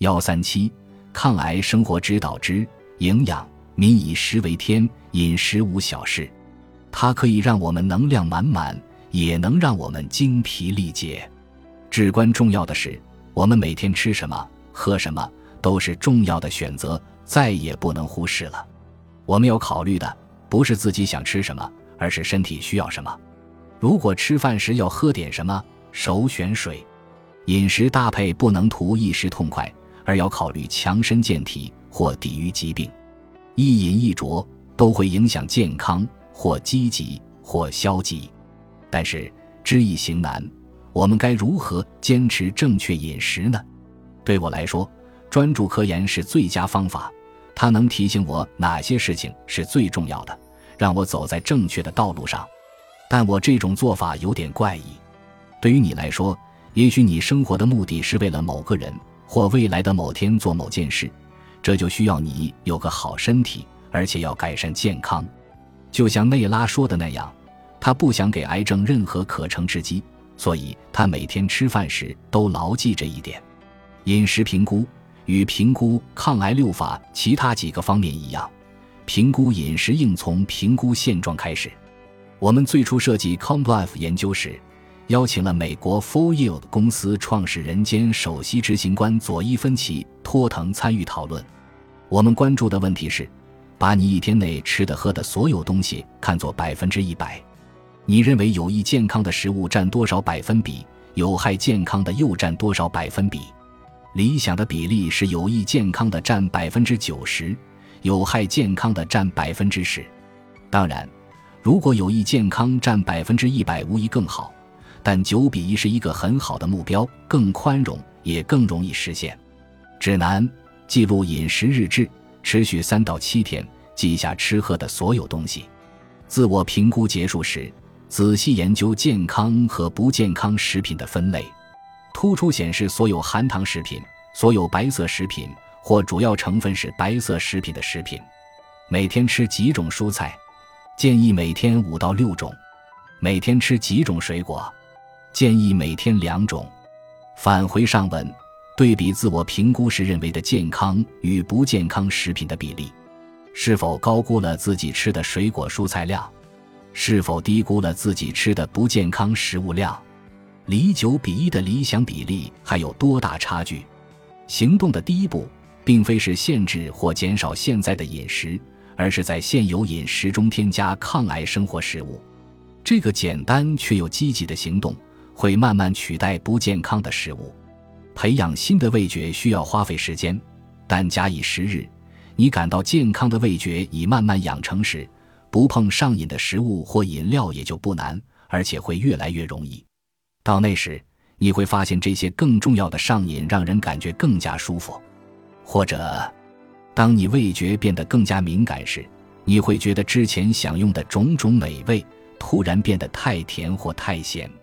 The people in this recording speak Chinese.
137抗癌生活指导之营养，民以食为天，饮食无小事。它可以让我们能量满满，也能让我们精疲力竭。至关重要的是，我们每天吃什么喝什么都是重要的选择，再也不能忽视了。我们要考虑的不是自己想吃什么，而是身体需要什么。如果吃饭时要喝点什么，首选水。饮食搭配不能图一时痛快，而要考虑强身健体或抵御疾病。一饮一啄都会影响健康，或积极或消极。但是知易行难，我们该如何坚持正确饮食呢？对我来说，专注科研是最佳方法，它能提醒我哪些事情是最重要的，让我走在正确的道路上。但我这种做法有点怪异。对于你来说，也许你生活的目的是为了某个人，或未来的某天做某件事，这就需要你有个好身体，而且要改善健康。就像内拉说的那样，他不想给癌症任何可乘之机，所以他每天吃饭时都牢记这一点。饮食评估与评估抗癌6法其他几个方面一样，评估饮食应从评估现状开始。我们最初设计 CompLife 研究时，邀请了美国 4Yield 公司创始人兼首席执行官佐伊芬奇托腾参与讨论。我们关注的问题是，把你一天内吃的喝的所有东西看作100%，你认为有益健康的食物占多少百分比，有害健康的又占多少百分比？理想的比例是有益健康的占 90%， 有害健康的占 10%。 当然，如果有益健康占 100%， 无疑更好，但9:1是一个很好的目标，更宽容也更容易实现。指南：记录饮食日志，持续3到7天，记下吃喝的所有东西。自我评估结束时，仔细研究健康和不健康食品的分类，突出显示所有含糖食品、所有白色食品或主要成分是白色食品的食品。每天吃几种蔬菜？建议每天5到6种。每天吃几种水果？建议每天2种。返回上文，对比自我评估时认为的健康与不健康食品的比例，是否高估了自己吃的水果蔬菜量？是否低估了自己吃的不健康食物量？离9:1的理想比例还有多大差距？行动的第一步并非是限制或减少现在的饮食，而是在现有饮食中添加抗癌生活食物。这个简单却又积极的行动会慢慢取代不健康的食物。培养新的味觉需要花费时间，但假以时日，你感到健康的味觉已慢慢养成时，不碰上瘾的食物或饮料也就不难，而且会越来越容易。到那时，你会发现这些更重要的上瘾让人感觉更加舒服。或者，当你味觉变得更加敏感时，你会觉得之前享用的种种美味突然变得太甜或太咸。